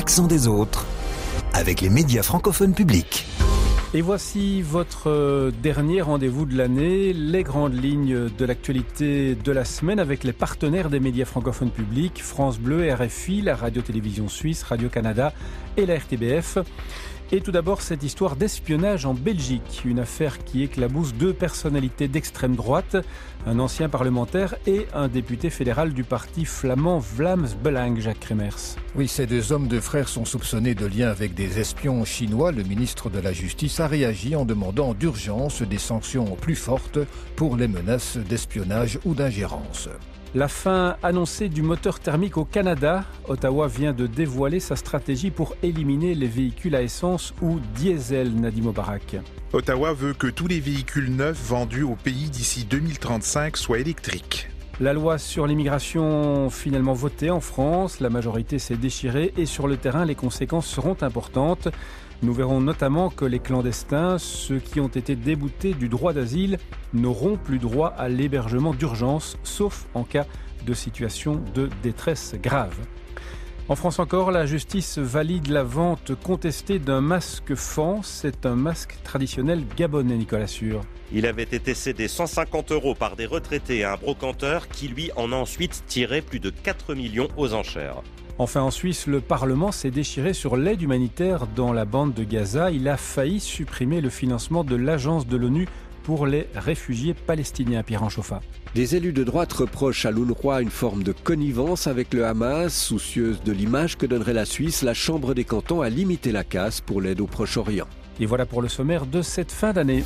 l'accent des autres avec les médias francophones publics. Et voici votre dernier rendez-vous de l'année, les grandes lignes de l'actualité de la semaine avec les partenaires des médias francophones publics, France Bleu, RFI, la Radio-Télévision Suisse, Radio-Canada et la RTBF. Et tout d'abord, cette histoire d'espionnage en Belgique, une affaire qui éclabousse deux personnalités d'extrême droite, un ancien parlementaire et un député fédéral du parti flamand Vlaams Belang, Jacques Kremers. Oui, ces deux hommes de frères sont soupçonnés de liens avec des espions chinois. Le ministre de la Justice a réagi en demandant d'urgence des sanctions plus fortes pour les menaces d'espionnage ou d'ingérence. La fin annoncée du moteur thermique au Canada. Ottawa vient de dévoiler sa stratégie pour éliminer les véhicules à essence ou diesel, Nadim Obarak. Ottawa veut que tous les véhicules neufs vendus au pays d'ici 2035 soient électriques. La loi sur l'immigration finalement votée en France, la majorité s'est déchirée et sur le terrain les conséquences seront importantes. Nous verrons notamment que les clandestins, ceux qui ont été déboutés du droit d'asile, n'auront plus droit à l'hébergement d'urgence, sauf en cas de situation de détresse grave. En France encore, la justice valide la vente contestée d'un masque Fan. C'est un masque traditionnel gabonais, Nicolas Sûr. Il avait été cédé 150 € par des retraités à un brocanteur qui, lui, en a ensuite tiré plus de 4 millions aux enchères. Enfin, en Suisse, le Parlement s'est déchiré sur l'aide humanitaire dans la bande de Gaza. Il a failli supprimer le financement de l'agence de l'ONU pour les réfugiés palestiniens. Pierre Anchofa. Des élus de droite reprochent à l'UNRWA une forme de connivence avec le Hamas. Soucieuse de l'image que donnerait la Suisse, la Chambre des cantons a limité la casse pour l'aide au Proche-Orient. Et voilà pour le sommaire de cette fin d'année.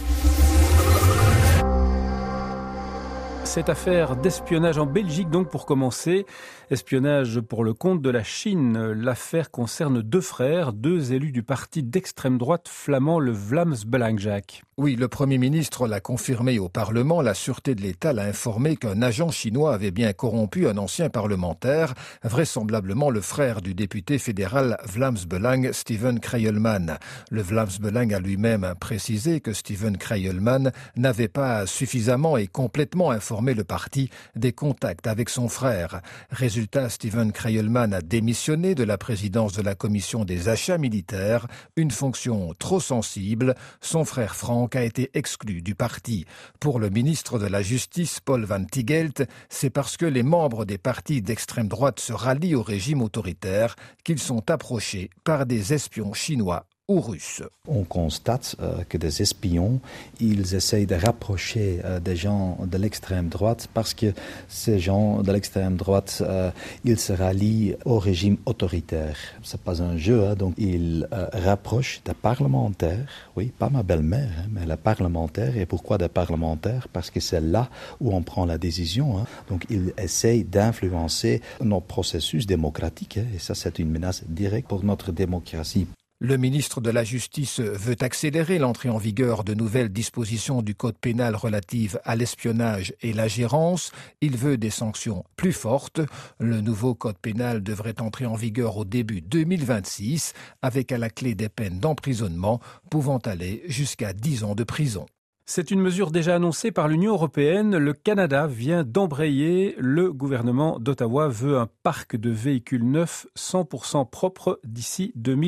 Cette affaire d'espionnage en Belgique, donc pour commencer, espionnage pour le compte de la Chine. L'affaire concerne deux frères, deux élus du parti d'extrême droite flamand, le Vlaams Belang, Jacques. Oui, le Premier ministre l'a confirmé au Parlement. La Sûreté de l'État l'a informé qu'un agent chinois avait bien corrompu un ancien parlementaire, vraisemblablement le frère du député fédéral Vlaams Belang, Steven Kreyelman. Le Vlaams Belang a lui-même précisé que Steven Kreyelman n'avait pas suffisamment et complètement informé le parti des contacts avec son frère. Résultat, Steven Kreyelman a démissionné de la présidence de la commission des achats militaires, une fonction trop sensible. Son frère Frank a été exclu du parti. Pour le ministre de la Justice, Paul Van Tigelt, c'est parce que les membres des partis d'extrême droite se rallient au régime autoritaire qu'ils sont approchés par des espions chinois ou russes. On constate que des espions, ils essayent de rapprocher des gens de l'extrême droite parce que ces gens de l'extrême droite, ils se rallient au régime autoritaire. C'est pas un jeu, donc ils rapprochent des parlementaires, oui, pas ma belle-mère, mais les parlementaires. Et pourquoi des parlementaires? Parce que c'est là où on prend la décision. Donc ils essayent d'influencer nos processus démocratiques, et ça c'est une menace directe pour notre démocratie. Le ministre de la Justice veut accélérer l'entrée en vigueur de nouvelles dispositions du code pénal relatives à l'espionnage et la gérance. Il veut des sanctions plus fortes. Le nouveau code pénal devrait entrer en vigueur au début 2026, avec à la clé des peines d'emprisonnement pouvant aller jusqu'à 10 ans de prison. C'est une mesure déjà annoncée par l'Union européenne. Le Canada vient d'embrayer. Le gouvernement d'Ottawa veut un parc de véhicules neufs 100% propres d'ici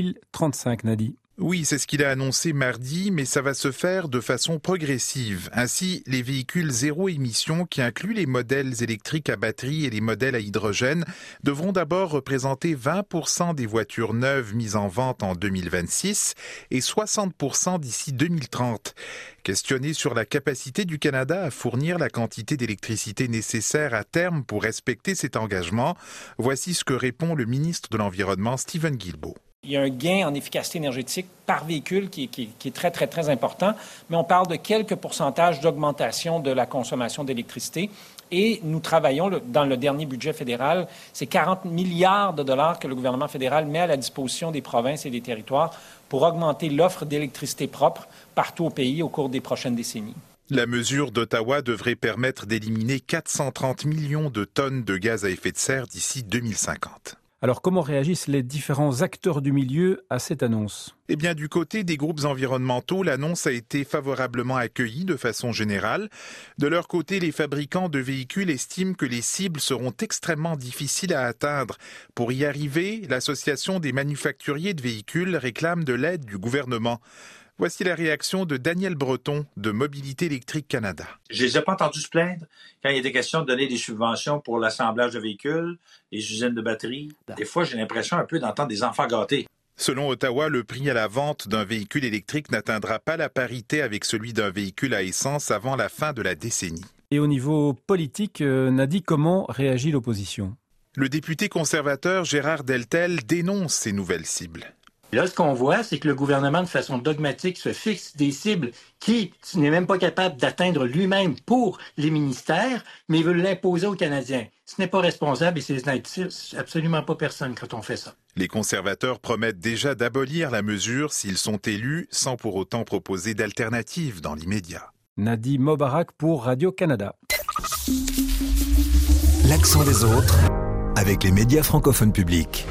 2035, Nadi. Oui, c'est ce qu'il a annoncé mardi, mais ça va se faire de façon progressive. Ainsi, les véhicules zéro émission, qui incluent les modèles électriques à batterie et les modèles à hydrogène, devront d'abord représenter 20% des voitures neuves mises en vente en 2026 et 60% d'ici 2030. Questionné sur la capacité du Canada à fournir la quantité d'électricité nécessaire à terme pour respecter cet engagement, voici ce que répond le ministre de l'Environnement, Steven Guilbeault. Il y a un gain en efficacité énergétique par véhicule qui est très, très, très important, mais on parle de quelques pourcentages d'augmentation de la consommation d'électricité. Et nous travaillons dans le dernier budget fédéral, c'est 40 milliards de dollars que le gouvernement fédéral met à la disposition des provinces et des territoires pour augmenter l'offre d'électricité propre partout au pays au cours des prochaines décennies. La mesure d'Ottawa devrait permettre d'éliminer 430 millions de tonnes de gaz à effet de serre d'ici 2050. Alors comment réagissent les différents acteurs du milieu à cette annonce ? Eh bien, du côté des groupes environnementaux, l'annonce a été favorablement accueillie de façon générale. De leur côté, les fabricants de véhicules estiment que les cibles seront extrêmement difficiles à atteindre. Pour y arriver, l'association des manufacturiers de véhicules réclame de l'aide du gouvernement. Voici la réaction de Daniel Breton de Mobilité électrique Canada. Je ne les ai pas entendus se plaindre quand il était question de donner des subventions pour l'assemblage de véhicules, les usines de batteries. Des fois, j'ai l'impression un peu d'entendre des enfants gâtés. Selon Ottawa, le prix à la vente d'un véhicule électrique n'atteindra pas la parité avec celui d'un véhicule à essence avant la fin de la décennie. Et au niveau politique, Nadi, comment réagit l'opposition ? Le député conservateur Gérard Deltel dénonce ces nouvelles cibles. Là, ce qu'on voit, c'est que le gouvernement, de façon dogmatique, se fixe des cibles qu'il n'est même pas capable d'atteindre lui-même pour les ministères, mais il veut l'imposer aux Canadiens. Ce n'est pas responsable et c'est absolument pas personne quand on fait ça. Les conservateurs promettent déjà d'abolir la mesure s'ils sont élus, sans pour autant proposer d'alternatives dans l'immédiat. Nadi Mobarak pour Radio-Canada. L'accent des autres avec les médias francophones publics.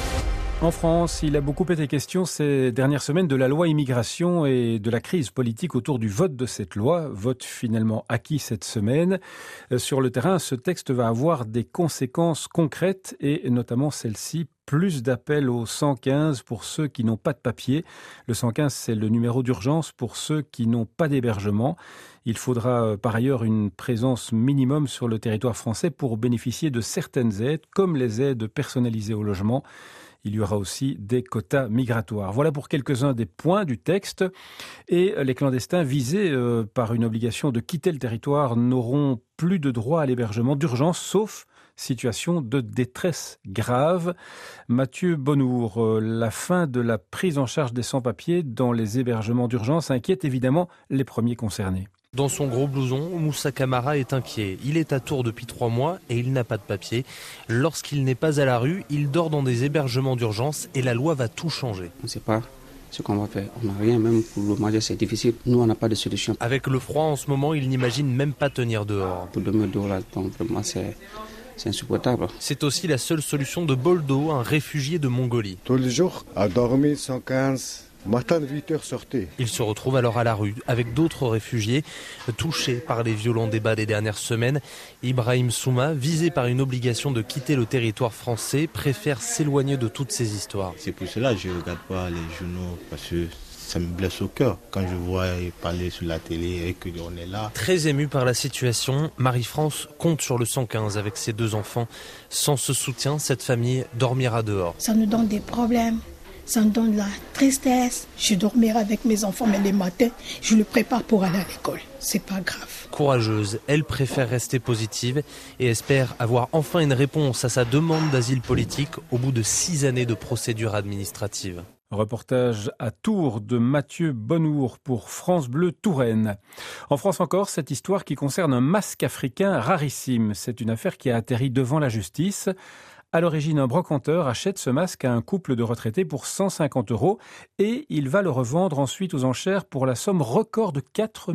En France, il a beaucoup été question ces dernières semaines de la loi immigration et de la crise politique autour du vote de cette loi, vote finalement acquis cette semaine. Sur le terrain, ce texte va avoir des conséquences concrètes et notamment celle-ci, plus d'appels au 115 pour ceux qui n'ont pas de papier. Le 115, c'est le numéro d'urgence pour ceux qui n'ont pas d'hébergement. Il faudra par ailleurs une présence minimum sur le territoire français pour bénéficier de certaines aides, comme les aides personnalisées au logement. Il y aura aussi des quotas migratoires. Voilà pour quelques-uns des points du texte. Et les clandestins visés par une obligation de quitter le territoire n'auront plus de droit à l'hébergement d'urgence, sauf situation de détresse grave. Mathieu Bonnour, la fin de la prise en charge des sans-papiers dans les hébergements d'urgence inquiète évidemment les premiers concernés. Dans son gros blouson, Moussa Camara est inquiet. Il est à Tours depuis 3 mois et il n'a pas de papier. Lorsqu'il n'est pas à la rue, il dort dans des hébergements d'urgence et la loi va tout changer. On ne sait pas ce qu'on va faire. On n'a rien, même pour le manger, c'est difficile. Nous, on n'a pas de solution. Avec le froid en ce moment, il n'imagine même pas tenir dehors. Pour dormir dehors, là, donc, vraiment, c'est insupportable. C'est aussi la seule solution de Boldo, un réfugié de Mongolie. Tous les jours, à dormir 115. Matin de 8h sortez. Il se retrouve alors à la rue avec d'autres réfugiés touchés par les violents débats des dernières semaines. Ibrahim Souma, visé par une obligation de quitter le territoire français, préfère s'éloigner de toutes ces histoires. C'est pour cela que je ne regarde pas les journaux parce que ça me blesse au cœur quand je vois parler sur la télé et qu'on est là. Très émue par la situation, Marie-France compte sur le 115 avec ses 2 enfants. Sans ce soutien, cette famille dormira dehors. Ça nous donne des problèmes. Ça me donne de la tristesse. Je dormirai avec mes enfants, mais les matins, je les prépare pour aller à l'école. C'est pas grave. Courageuse, elle préfère rester positive et espère avoir enfin une réponse à sa demande d'asile politique au bout de 6 années de procédure administrative. Reportage à Tours de Mathieu Bonnour pour France Bleu Touraine. En France encore, cette histoire qui concerne un masque africain rarissime. C'est une affaire qui a atterri devant la justice. À l'origine, un brocanteur achète ce masque à un couple de retraités pour 150 € et il va le revendre ensuite aux enchères pour la somme record de 4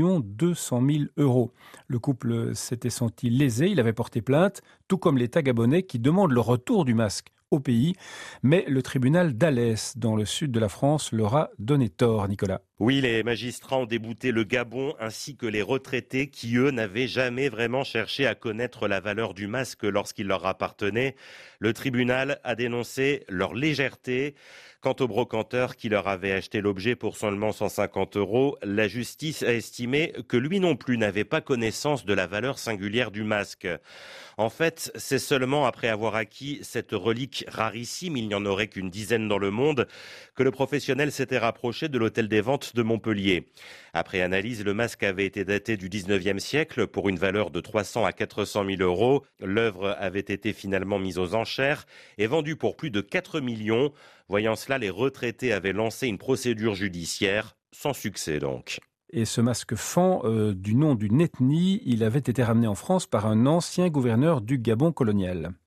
200 000 €. Le couple s'était senti lésé, il avait porté plainte, tout comme l'État gabonais qui demande le retour du masque au pays. Mais le tribunal d'Alès, dans le sud de la France, leur a donné tort, Nicolas. Oui, les magistrats ont débouté le Gabon ainsi que les retraités qui, eux, n'avaient jamais vraiment cherché à connaître la valeur du masque lorsqu'il leur appartenait. Le tribunal a dénoncé leur légèreté. Quant au brocanteur qui leur avait acheté l'objet pour seulement 150 €, la justice a estimé que lui non plus n'avait pas connaissance de la valeur singulière du masque. En fait, c'est seulement après avoir acquis cette relique rarissime, il n'y en aurait qu'une dizaine dans le monde, que le professionnel s'était rapproché de l'hôtel des ventes de Montpellier. Après analyse, le masque avait été daté du 19e siècle pour une valeur de 300 à 400 000 €. L'œuvre avait été finalement mise aux enchères et vendue pour plus de 4 millions. Voyant cela, les retraités avaient lancé une procédure judiciaire, sans succès donc. Et ce masque fan, du nom d'une ethnie, il avait été ramené en France par un ancien gouverneur du Gabon colonial.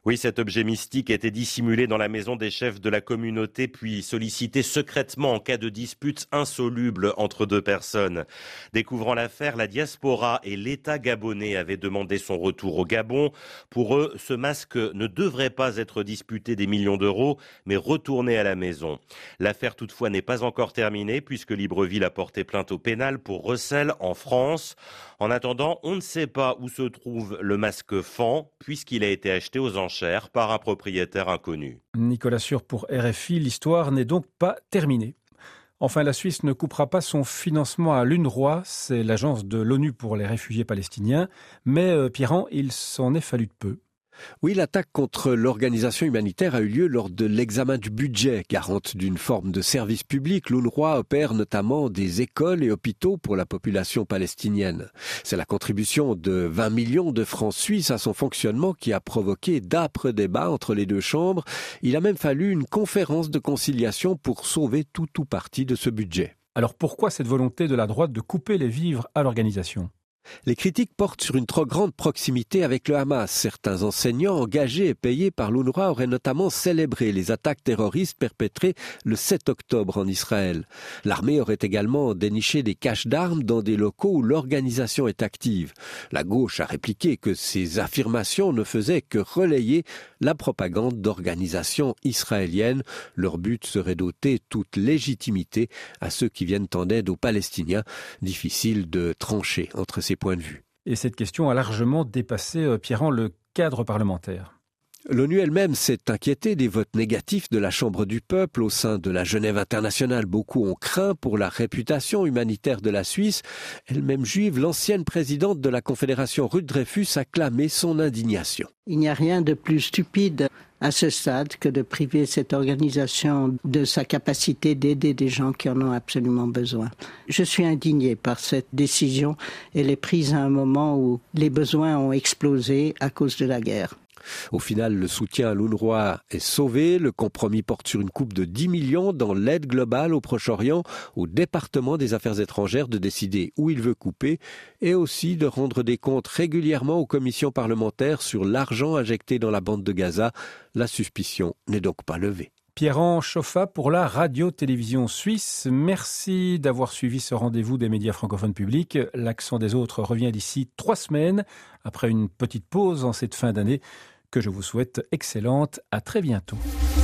Oui, cet objet mystique était dissimulé dans la maison des chefs de la communauté, puis sollicité secrètement en cas de dispute insoluble entre deux personnes. Découvrant l'affaire, la diaspora et l'État gabonais avaient demandé son retour au Gabon. Pour eux, ce masque ne devrait pas être disputé des millions d'euros, mais retourné à la maison. L'affaire toutefois n'est pas encore terminée, puisque Libreville a porté plainte au pénal pour recel en France. En attendant, on ne sait pas où se trouve le masque Fan, puisqu'il a été acheté aux enchères par un propriétaire inconnu. Nicolas Sûr pour RFI, l'histoire n'est donc pas terminée. Enfin, la Suisse ne coupera pas son financement à l'UNRWA, c'est l'agence de l'ONU pour les réfugiés palestiniens, mais Pierran, il s'en est fallu de peu. Oui, l'attaque contre l'organisation humanitaire a eu lieu lors de l'examen du budget. Garante d'une forme de service public, l'UNRWA opère notamment des écoles et hôpitaux pour la population palestinienne. C'est la contribution de 20 millions de francs suisses à son fonctionnement qui a provoqué d'âpres débats entre les deux chambres. Il a même fallu une conférence de conciliation pour sauver tout ou partie de ce budget. Alors pourquoi cette volonté de la droite de couper les vivres à l'organisation ? Les critiques portent sur une trop grande proximité avec le Hamas. Certains enseignants engagés et payés par l'UNRWA auraient notamment célébré les attaques terroristes perpétrées le 7 octobre en Israël. L'armée aurait également déniché des caches d'armes dans des locaux où l'organisation est active. La gauche a répliqué que ces affirmations ne faisaient que relayer la propagande d'organisations israéliennes. Leur but serait d'ôter toute légitimité à ceux qui viennent en aide aux Palestiniens. Difficile de trancher entre ces points de vue. Et cette question a largement dépassé, Pierran, le cadre parlementaire. L'ONU elle-même s'est inquiétée des votes négatifs de la Chambre du peuple au sein de la Genève internationale. Beaucoup ont craint pour la réputation humanitaire de la Suisse. Elle-même juive, l'ancienne présidente de la Confédération Ruth Dreyfus a clamé son indignation. Il n'y a rien de plus stupide à ce stade que de priver cette organisation de sa capacité d'aider des gens qui en ont absolument besoin. Je suis indignée par cette décision. Elle est prise à un moment où les besoins ont explosé à cause de la guerre. Au final, le soutien à l'UNRWA est sauvé. Le compromis porte sur une coupe de 10 millions dans l'aide globale au Proche-Orient, au département des Affaires étrangères de décider où il veut couper et aussi de rendre des comptes régulièrement aux commissions parlementaires sur l'argent injecté dans la bande de Gaza. La suspicion n'est donc pas levée. Pierran Choffa pour la radio-télévision suisse. Merci d'avoir suivi ce rendez-vous des médias francophones publics. L'accent des autres revient d'ici 3 semaines, après une petite pause en cette fin d'année que je vous souhaite excellente. À très bientôt.